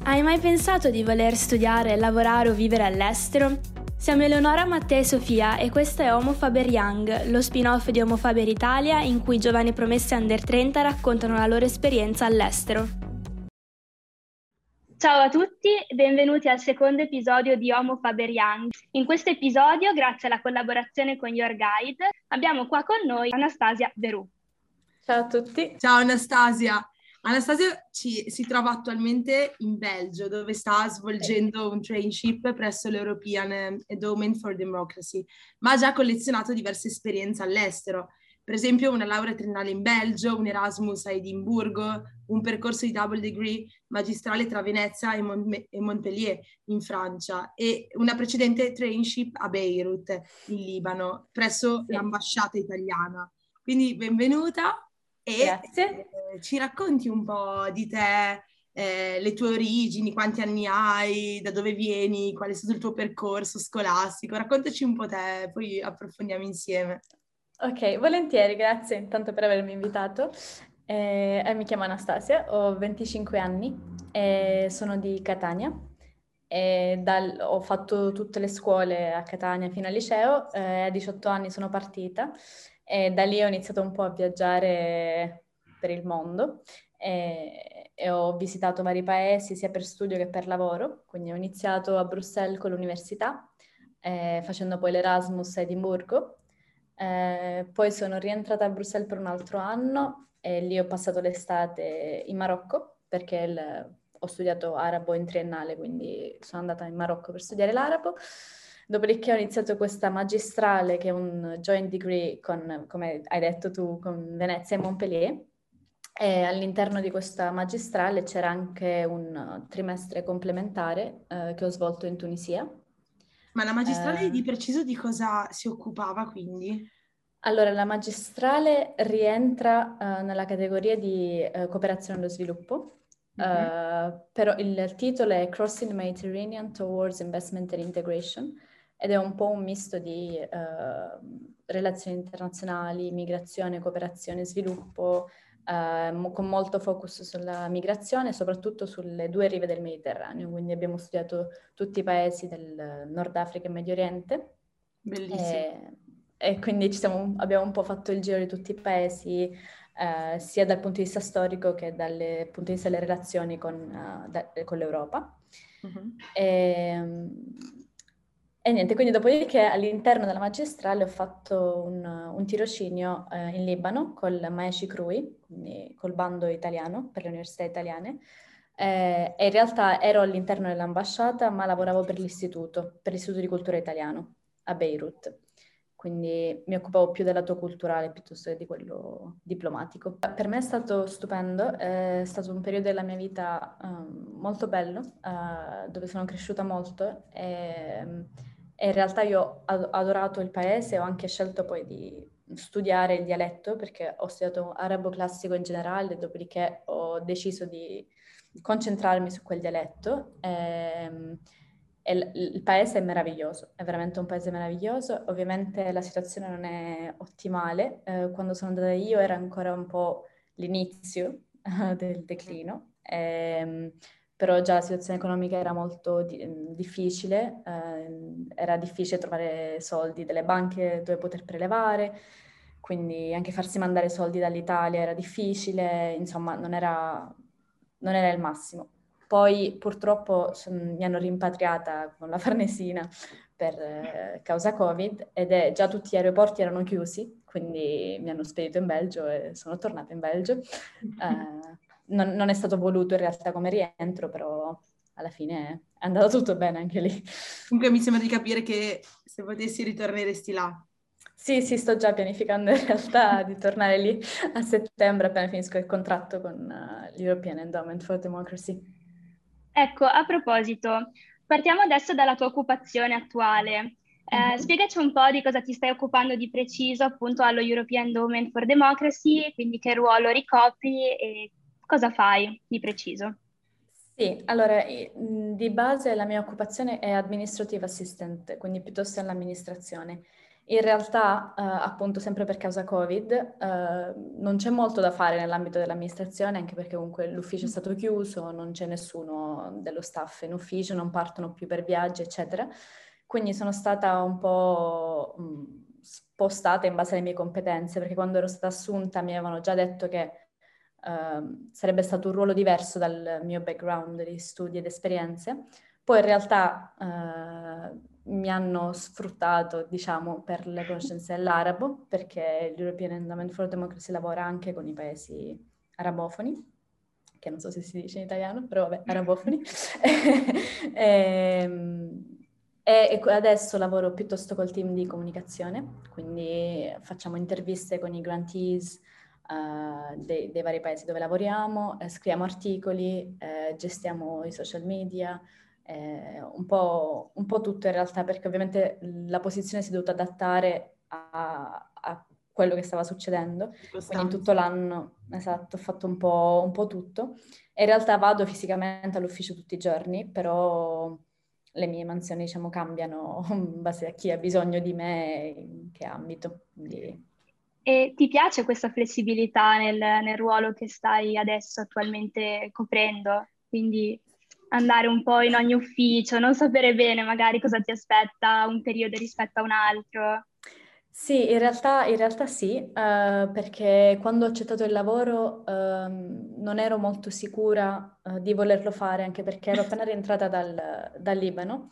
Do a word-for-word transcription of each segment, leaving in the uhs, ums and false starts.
Hai mai pensato di voler studiare, lavorare o vivere all'estero? Siamo Eleonora, Mattea e Sofia e questo è Homo Faber Young, lo spin-off di Homo Faber Italia in cui giovani promesse under trenta raccontano la loro esperienza all'estero. Ciao a tutti, benvenuti al secondo episodio di Homo Faber Young. In questo episodio, grazie alla collaborazione con Your Guide, abbiamo qua con noi Anastasia Verù. Ciao a tutti. Ciao Anastasia. Anastasia ci, si trova attualmente in Belgio, dove sta svolgendo un traineeship presso l'European Endowment for Democracy, ma ha già collezionato diverse esperienze all'estero. Per esempio una laurea triennale in Belgio, un Erasmus a Edimburgo, un percorso di double degree magistrale tra Venezia e, Mon- e Montpellier in Francia e una precedente traineeship a Beirut in Libano presso Sì. l'ambasciata italiana. Quindi benvenuta. E Grazie. eh, ci racconti un po' di te, eh, le tue origini, quanti anni hai, da dove vieni, qual è stato il tuo percorso scolastico. Raccontaci un po' te, poi approfondiamo insieme. Ok, volentieri, grazie intanto per avermi invitato. Eh, eh, mi chiamo Anastasia, ho venticinque anni e sono di Catania. E dal- ho fatto tutte le scuole a Catania fino al liceo, eh, a diciotto anni sono partita e da lì ho iniziato un po' a viaggiare per il mondo e, e ho visitato vari paesi sia per studio che per lavoro, quindi ho iniziato a Bruxelles con l'università, eh, facendo poi l'Erasmus a Edimburgo. Eh, poi sono rientrata a Bruxelles per un altro anno e lì ho passato l'estate in Marocco perché il- ho studiato arabo in triennale, quindi sono andata in Marocco per studiare l'arabo. Dopodiché ho iniziato questa magistrale che è un joint degree con, come hai detto tu, con Venezia e Montpellier. E all'interno di questa magistrale c'era anche un trimestre complementare eh, che ho svolto in Tunisia. Ma la magistrale Eh, di preciso di cosa si occupava quindi? Allora, la magistrale rientra eh, nella categoria di eh, cooperazione allo sviluppo, Mhm. eh, però il titolo è Crossing the Mediterranean Towards Investment and Integration ed è un po' un misto di eh, relazioni internazionali, migrazione, cooperazione e sviluppo, eh, mo- con molto focus sulla migrazione e soprattutto sulle due rive del Mediterraneo. Quindi abbiamo studiato tutti i paesi del Nord Africa e Medio Oriente. Bellissimo. E, e quindi ci siamo- abbiamo un po' fatto il giro di tutti i paesi, eh, sia dal punto di vista storico che dal punto di vista delle relazioni con, eh, da- con l'Europa. Mhm. E, e niente, quindi dopodiché all'interno della magistrale ho fatto un, un tirocinio eh, in Libano col Maesci Crui, quindi col bando italiano per le università italiane. Eh, e in realtà ero all'interno dell'ambasciata, ma lavoravo per l'istituto, per l'Istituto di Cultura Italiano a Beirut. Quindi mi occupavo più del lato culturale piuttosto che di quello diplomatico. Per me è stato stupendo, è stato un periodo della mia vita um, molto bello, uh, dove sono cresciuta molto e, e in realtà io ho ad- adorato il paese, ho anche scelto poi di studiare il dialetto perché ho studiato arabo classico in generale, dopodiché ho deciso di concentrarmi su quel dialetto. E, e il, il paese è meraviglioso, è veramente un paese meraviglioso. Ovviamente la situazione non è ottimale. Eh, quando sono andata io era ancora un po' l'inizio eh, del declino, ehm, però già la situazione economica era molto di- difficile, eh, era difficile trovare soldi delle banche dove poter prelevare, quindi anche farsi mandare soldi dall'Italia era difficile, insomma non era, non era il massimo. Poi purtroppo son- mi hanno rimpatriata con la Farnesina per eh, causa Covid ed è, già tutti gli aeroporti erano chiusi, quindi mi hanno spedito in Belgio e sono tornata in Belgio. Eh, non, non è stato voluto in realtà come rientro, però alla fine è andato tutto bene anche lì. Comunque mi sembra di capire che se potessi ritorneresti là. Sì, sì, sto già pianificando in realtà di tornare lì a settembre appena finisco il contratto con eh, l'European Endowment for Democracy. Ecco, a proposito, partiamo adesso dalla tua occupazione attuale. Eh, Mhm. spiegaci un po' di cosa ti stai occupando di preciso appunto allo European Endowment for Democracy, quindi che ruolo ricopri e cosa fai di preciso. Sì, allora i- mh, di base la mia occupazione è administrative assistant, quindi piuttosto all'amministrazione. In realtà, eh, appunto, sempre per causa Covid, eh, non c'è molto da fare nell'ambito dell'amministrazione, anche perché comunque l'ufficio è stato chiuso, non c'è nessuno dello staff in ufficio, non partono più per viaggi, eccetera. Quindi sono stata un po' mh, spostata in base alle mie competenze, perché quando ero stata assunta mi avevano già detto che eh, sarebbe stato un ruolo diverso dal mio background di studi ed esperienze. Poi in realtà eh, mi hanno sfruttato, diciamo, per le conoscenze dell'arabo, perché l'European Endowment for Democracy lavora anche con i paesi arabofoni, che non so se si dice in italiano, però vabbè, arabofoni. e, e adesso lavoro piuttosto col team di comunicazione, quindi facciamo interviste con i grantees uh, dei, dei vari paesi dove lavoriamo, eh, scriviamo articoli, eh, gestiamo i social media, eh, un po', un po' tutto in realtà, perché ovviamente la posizione si è dovuta adattare a, a quello che stava succedendo, quindi in tutto l'anno, esatto, ho fatto un po', un po' tutto. E in realtà vado fisicamente all'ufficio tutti i giorni, però le mie mansioni, diciamo, cambiano in base a chi ha bisogno di me e in che ambito. Quindi... E ti piace questa flessibilità nel, nel ruolo che stai adesso attualmente coprendo? Quindi andare un po' in ogni ufficio, non sapere bene magari cosa ti aspetta un periodo rispetto a un altro. Sì, in realtà, in realtà sì, eh, perché quando ho accettato il lavoro ehm, non ero molto sicura eh, di volerlo fare, anche perché ero appena rientrata dal, dal Libano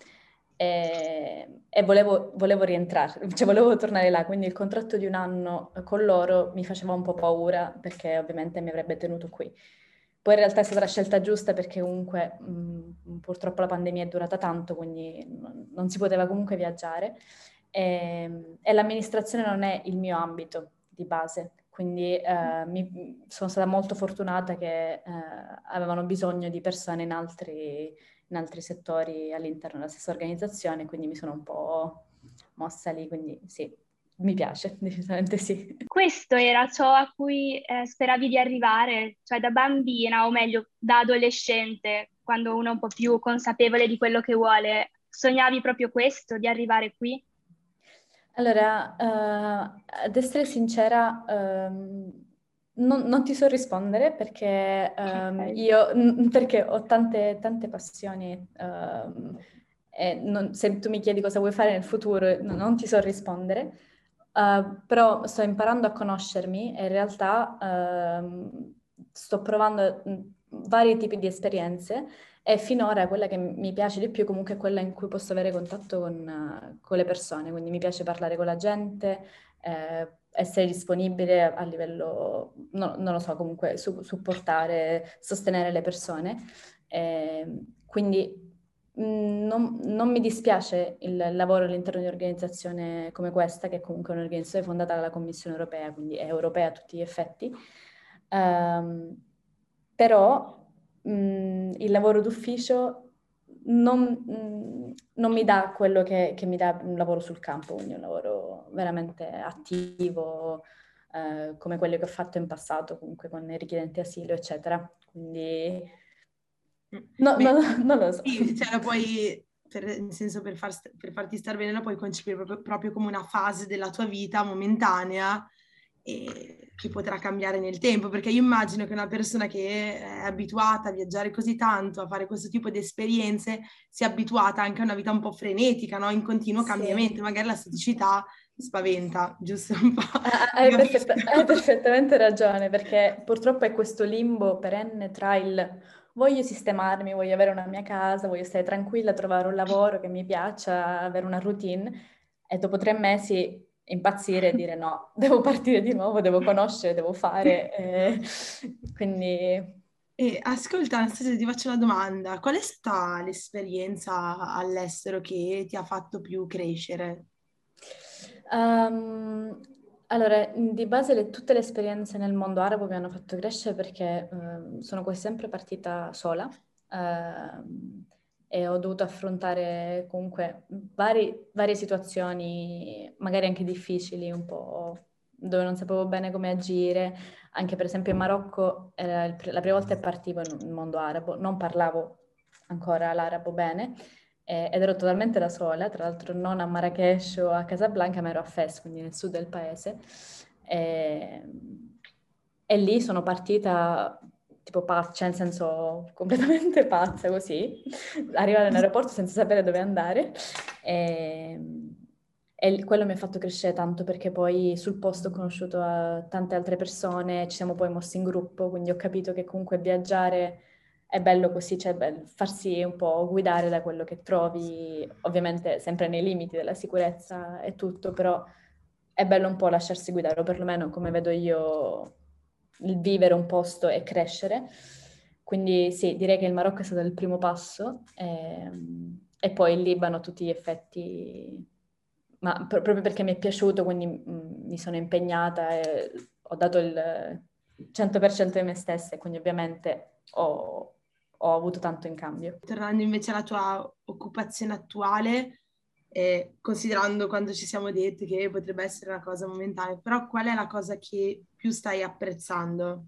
e, e volevo, volevo rientrare, cioè volevo tornare là, quindi il contratto di un anno con loro mi faceva un po' paura, perché ovviamente mi avrebbe tenuto qui. Poi in realtà è stata la scelta giusta, perché comunque mh, purtroppo la pandemia è durata tanto, quindi non, non si poteva comunque viaggiare. E, e l'amministrazione non è il mio ambito di base, quindi eh, mi, sono stata molto fortunata che eh, avevano bisogno di persone in altri, in altri settori all'interno della stessa organizzazione, quindi mi sono un po' mossa lì, quindi sì, mi piace, decisamente sì. Questo era ciò a cui eh, speravi di arrivare, cioè da bambina, o meglio, da adolescente, quando uno è un po' più consapevole di quello che vuole. Sognavi proprio questo, di arrivare qui? Allora, eh, ad essere sincera, ehm, non, non ti so rispondere perché ehm, Ok. io n- perché ho tante, tante passioni. Ehm, e non- se tu mi chiedi cosa vuoi fare nel futuro, no- non ti so rispondere. Eh, però sto imparando a conoscermi e in realtà ehm, sto provando mh, vari tipi di esperienze. E finora quella che mi piace di più comunque è quella in cui posso avere contatto con, eh, con le persone, quindi mi piace parlare con la gente, eh, essere disponibile a livello, no- non lo so, comunque su- supportare, sostenere le persone. Eh, quindi mh, non, non mi dispiace il lavoro all'interno di un'organizzazione come questa, che è comunque un'organizzazione fondata dalla Commissione europea, quindi è europea a tutti gli effetti. Ehm, però mh, il lavoro d'ufficio non, mh, non mi dà quello che, che mi dà un lavoro sul campo, quindi un lavoro veramente attivo, eh, come quello che ho fatto in passato, comunque con i richiedenti asilo, eccetera. Quindi no, Beh, no, non lo so. sì, cioè la puoi, per, nel senso per, far, st- per farti star bene, la puoi concepire proprio, proprio come una fase della tua vita momentanea e che potrà cambiare nel tempo, perché io immagino che una persona che è abituata a viaggiare così tanto, a fare questo tipo di esperienze, sia abituata anche a una vita un po' frenetica, no? In continuo Sì. cambiamento, magari la staticità spaventa, giusto un po'. Ah, Ti Hai, capisco. perfetta- hai perfettamente ragione, perché purtroppo è questo limbo perenne tra il voglio sistemarmi, voglio avere una mia casa, voglio stare tranquilla, trovare un lavoro che mi piaccia, avere una routine, e dopo tre mesi impazzire e dire no, devo partire di nuovo, devo conoscere, devo fare. eh, Quindi E ascolta, Anastasia, ti faccio una domanda. Qual è stata l'esperienza all'estero che ti ha fatto più crescere? Ehm, allora, di base le- tutte le esperienze nel mondo arabo mi hanno fatto crescere perché ehm, sono quasi sempre partita sola ehm, e ho dovuto affrontare comunque vari- varie situazioni, magari anche difficili, un po' dove non sapevo bene come agire. Anche per esempio in Marocco era il pr- la prima volta che partivo in un mondo arabo, non parlavo ancora l'arabo bene. eh, ed ero totalmente da sola, tra l'altro non a Marrakech o a Casablanca, ma ero a Fes, quindi nel sud del paese. E, e lì sono partita tipo pazza, nel senso completamente pazza così, arrivare in aeroporto senza sapere dove andare. E, e quello mi ha fatto crescere tanto perché poi sul posto ho conosciuto uh, tante altre persone, ci siamo poi mossi in gruppo, quindi ho capito che comunque viaggiare è bello così, cioè bello farsi un po' guidare da quello che trovi, ovviamente sempre nei limiti della sicurezza e tutto, però è bello un po' lasciarsi guidare, o perlomeno come vedo io il vivere un posto e crescere. Quindi sì, direi che il Marocco è stato il primo passo e, e poi il Libano a tutti gli effetti, ma pro- proprio perché mi è piaciuto, quindi mh, mi sono impegnata e ho dato il cento per cento di me stessa e quindi ovviamente ho, ho avuto tanto in cambio. Tornando invece alla tua occupazione attuale, eh, considerando quando ci siamo detti che potrebbe essere una cosa momentanea, però qual è la cosa che più stai apprezzando?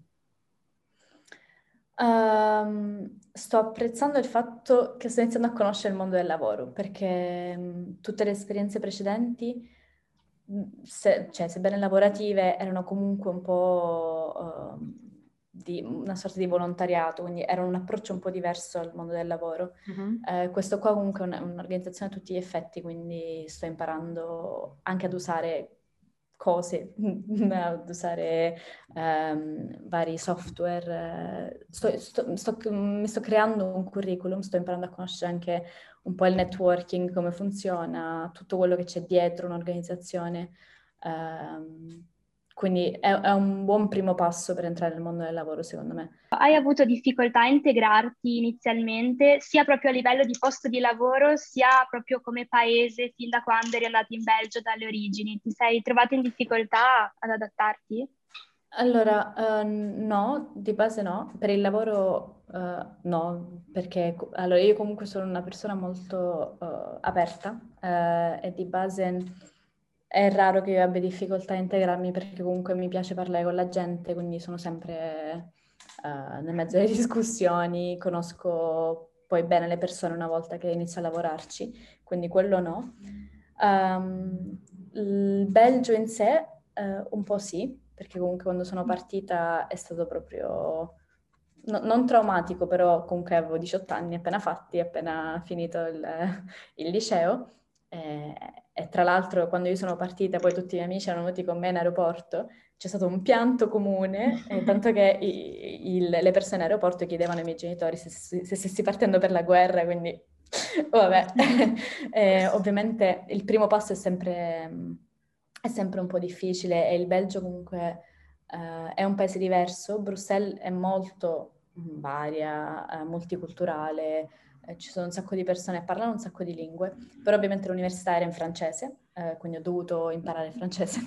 Um, sto apprezzando il fatto che sto iniziando a conoscere il mondo del lavoro, perché mh, tutte le esperienze precedenti, mh, se- cioè, sebbene lavorative, erano comunque un po' ehm, di una sorta di volontariato, quindi era un approccio un po' diverso al mondo del lavoro. Mhm. Eh, questo qua comunque è un- un'organizzazione a tutti gli effetti, quindi sto imparando anche ad usare cose, ad usare ehm, vari software. eh, sto- sto- sto- mi sto creando un curriculum, sto imparando a conoscere anche un po' il networking, come funziona, tutto quello che c'è dietro un'organizzazione. ehm, quindi è, è un buon primo passo per entrare nel mondo del lavoro, secondo me. Hai avuto difficoltà a integrarti inizialmente, sia proprio a livello di posto di lavoro, sia proprio come paese fin da quando eri andato in Belgio dalle origini? Ti sei trovato in difficoltà ad adattarti? Allora, eh, no, di base no, per il lavoro eh, no, perché co- allora, io comunque sono una persona molto eh, aperta eh, e di base è raro che io abbia difficoltà a integrarmi perché comunque mi piace parlare con la gente, quindi sono sempre eh, nel mezzo delle discussioni, conosco poi bene le persone una volta che inizio a lavorarci, quindi quello no. Um, il Belgio in sé eh, un po' sì, perché comunque quando sono partita è stato proprio, no- non traumatico, però comunque avevo diciotto anni appena fatti, appena finito il, il liceo. E, e tra l'altro quando io sono partita poi tutti i miei amici erano venuti con me in aeroporto, c'è stato un pianto comune, eh, tanto che i- il- le persone in aeroporto chiedevano ai miei genitori se, se, se stessi partendo per la guerra, quindi vabbè. Eh, ovviamente il primo passo è sempre, è sempre un po' difficile e il Belgio comunque eh, è un paese diverso. Bruxelles è molto varia, eh, multiculturale, eh, ci sono un sacco di persone che parlano un sacco di lingue, però ovviamente l'università era in francese, eh, quindi ho dovuto imparare il francese.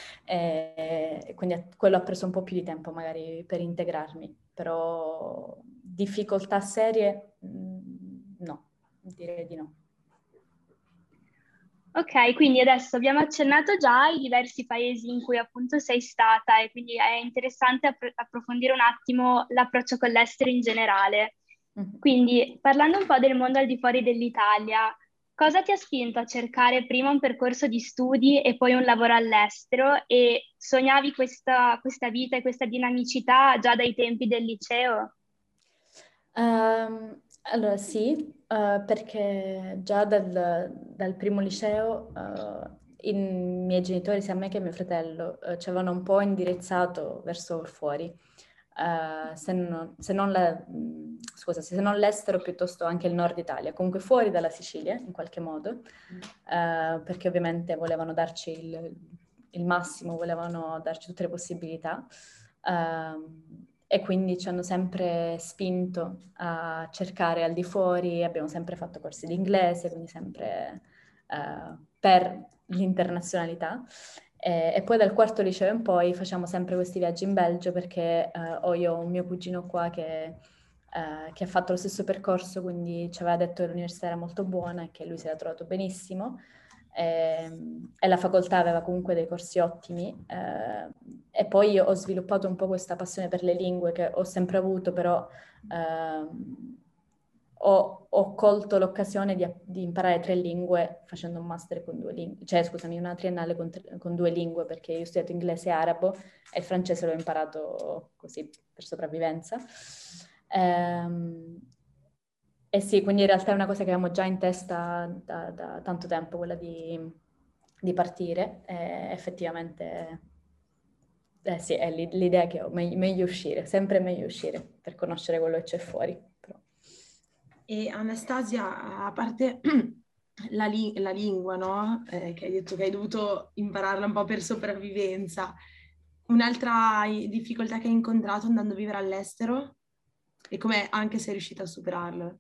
E quindi quello ha preso un po' più di tempo magari per integrarmi, però difficoltà serie mh, no, direi di no. Ok, quindi adesso abbiamo accennato già ai diversi paesi in cui appunto sei stata e quindi è interessante appro- approfondire un attimo l'approccio con l'estero in generale. Mhm. Quindi, parlando un po' del mondo al di fuori dell'Italia, cosa ti ha spinto a cercare prima un percorso di studi e poi un lavoro all'estero e sognavi questa, questa vita e questa dinamicità già dai tempi del liceo? Ehm, allora sì, eh, perché già dal, dal primo liceo eh, i miei genitori, sia me che mio fratello, eh, ci avevano un po' indirizzato verso il fuori. Eh, se non, se non la- mh, scusa, se non l'estero, piuttosto anche il nord Italia, comunque fuori dalla Sicilia in qualche modo, eh, perché ovviamente volevano darci il, il massimo, volevano darci tutte le possibilità. Ehm, e quindi ci hanno sempre spinto a cercare al di fuori, abbiamo sempre fatto corsi di inglese, quindi sempre eh, per l'internazionalità. E, e poi dal quarto liceo in poi facciamo sempre questi viaggi in Belgio perché eh, ho io un mio cugino qua che, eh, che ha fatto lo stesso percorso, quindi ci aveva detto che l'università era molto buona e che lui si era trovato benissimo. E, e la facoltà aveva comunque dei corsi ottimi. eh, e poi io ho sviluppato un po' questa passione per le lingue che ho sempre avuto, però ehm, ho ho colto l'occasione di, di imparare tre lingue facendo un master con due lingue, cioè scusami, una triennale con, tre, con due lingue, perché io ho studiato inglese e arabo e il francese l'ho imparato così per sopravvivenza. Ehm, e sì, quindi in realtà è una cosa che avevamo già in testa da, da tanto tempo, quella di, di partire, e effettivamente eh sì, è l'idea che ho, meglio, meglio uscire, sempre meglio uscire per conoscere quello che c'è fuori. Però. E Anastasia, a parte la, li- la lingua, no? Eh, che hai detto che hai dovuto impararla un po' per sopravvivenza, un'altra difficoltà che hai incontrato andando a vivere all'estero? E come anche sei riuscita a superarlo?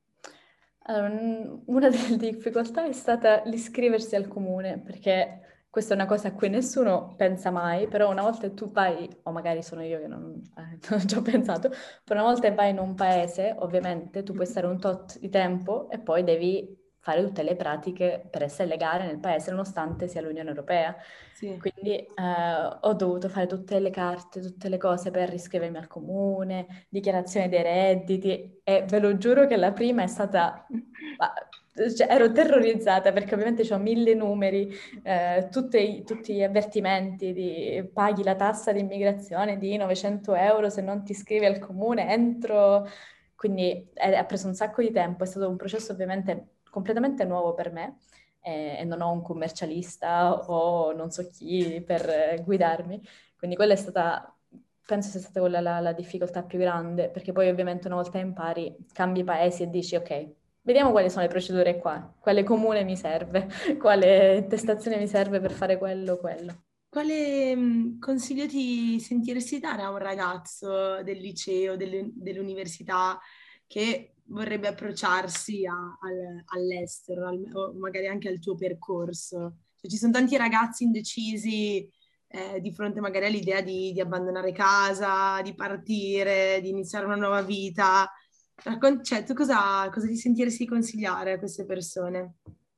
Allora, una delle difficoltà è stata l'iscriversi al comune, perché questa è una cosa a cui nessuno pensa mai, però una volta che tu vai, o magari sono io che non, eh, non ci ho pensato, però una volta che vai in un paese, ovviamente tu puoi stare un tot di tempo e poi devi fare tutte le pratiche per essere legale nel paese, nonostante sia l'Unione Europea. Sì. Quindi eh, ho dovuto fare tutte le carte, tutte le cose per iscrivermi al comune, dichiarazione dei redditi, e ve lo giuro che la prima è stata... Cioè, ero terrorizzata perché ovviamente ho mille numeri, eh, tutti, tutti gli avvertimenti di paghi la tassa di immigrazione di novecento euro se non ti iscrivi al comune entro... Quindi è, ha preso un sacco di tempo, è stato un processo ovviamente completamente nuovo per me e, e non ho un commercialista o non so chi per eh, guidarmi, quindi quella è stata, penso sia stata quella la, la difficoltà più grande, perché poi ovviamente una volta impari, cambi paesi e dici ok, vediamo quali sono le procedure qua, quale comune mi serve, quale attestazione mi serve per fare quello o quello. Quale mh, consiglio ti sentiresti dare a un ragazzo del liceo, delle- dell'università che vorrebbe approcciarsi a- al- all'estero, al- o magari anche al tuo percorso? Cioè, ci sono tanti ragazzi indecisi eh, di fronte magari all'idea di, di abbandonare casa, di partire, di iniziare una nuova vita. Raccon- cioè, tu cosa, cosa ti sentiresti di consigliare a queste persone?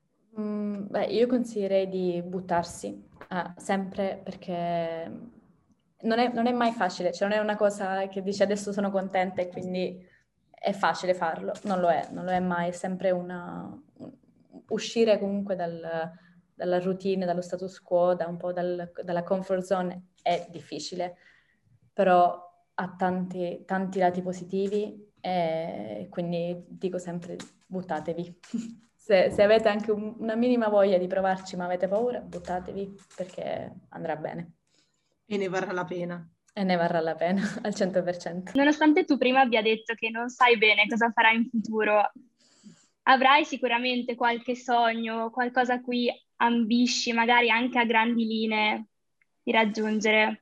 Mm, beh, io consiglierei di buttarsi, eh, sempre perché non è, non è mai facile, cioè non è una cosa che dici adesso sono contenta e quindi è facile farlo, non lo è, non lo è mai, è sempre una... uscire comunque dal- dalla routine, dallo status quo, da un po' dal- dalla comfort zone è difficile, però ha tanti, tanti lati positivi e quindi dico sempre buttatevi. Se, se avete anche un- una minima voglia di provarci ma avete paura, buttatevi perché andrà bene E ne varrà la pena. e ne varrà la pena al cento per cento. Nonostante tu prima abbia detto che non sai bene cosa farai in futuro, avrai sicuramente qualche sogno, qualcosa a cui ambisci, magari anche a grandi linee, di raggiungere.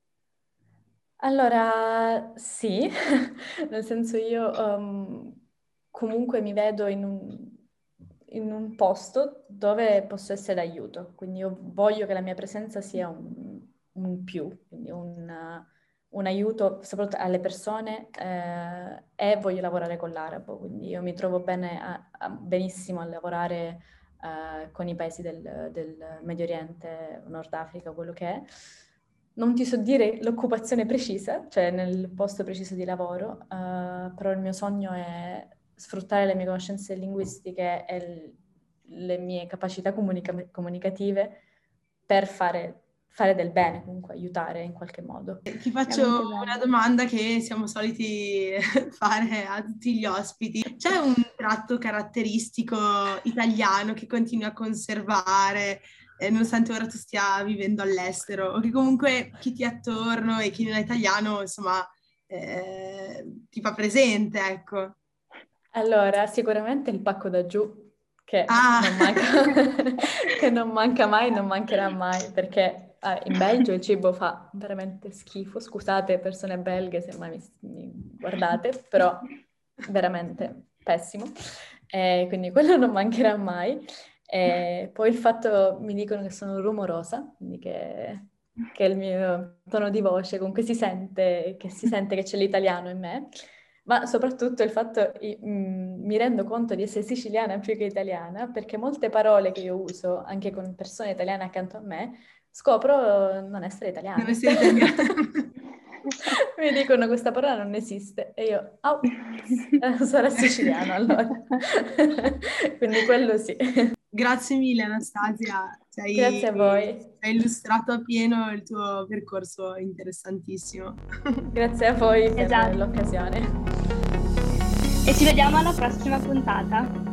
Allora, sì, nel senso io um, comunque mi vedo in un, in un posto dove posso essere d'aiuto, quindi io voglio che la mia presenza sia un, un più, quindi un, un aiuto soprattutto alle persone eh, e voglio lavorare con l'arabo, quindi io mi trovo bene a- a- benissimo a lavorare eh, con i paesi del, del Medio Oriente, Nord Africa, quello che è. Non ti so dire l'occupazione precisa, cioè nel posto preciso di lavoro, eh, però il mio sogno è sfruttare le mie conoscenze linguistiche e l- le mie capacità comunica- comunicative per fare, fare del bene, comunque aiutare in qualche modo. Ti faccio Veramente una bello. domanda che siamo soliti fare a tutti gli ospiti. C'è un tratto caratteristico italiano che continui a conservare, eh, nonostante ora tu stia vivendo all'estero, o che comunque chi ti è attorno e chi non è italiano, insomma, eh, ti fa presente, ecco. Allora, sicuramente il pacco da giù, che Ah! non manca, che non manca mai, non mancherà mai, perché ah, in Belgio il cibo fa veramente schifo. Scusate, persone belghe, se mai mi, mi guardate, però veramente pessimo. E quindi quello non mancherà mai. E poi il fatto, mi dicono che sono rumorosa, quindi che, che il mio tono di voce comunque si sente, che si sente che c'è l'italiano in me. Ma soprattutto il fatto, i- mh, mi rendo conto di essere siciliana più che italiana, perché molte parole che io uso, anche con persone italiane accanto a me, scopro non essere Non italiane. essere italiana. Mi dicono questa parola non esiste e io, oh, sarà siciliano allora. Quindi quello sì. Grazie mille Anastasia, sei, Grazie a voi. Hai illustrato a pieno il tuo percorso interessantissimo. Grazie a voi per esatto. l'occasione. E ci vediamo alla prossima puntata.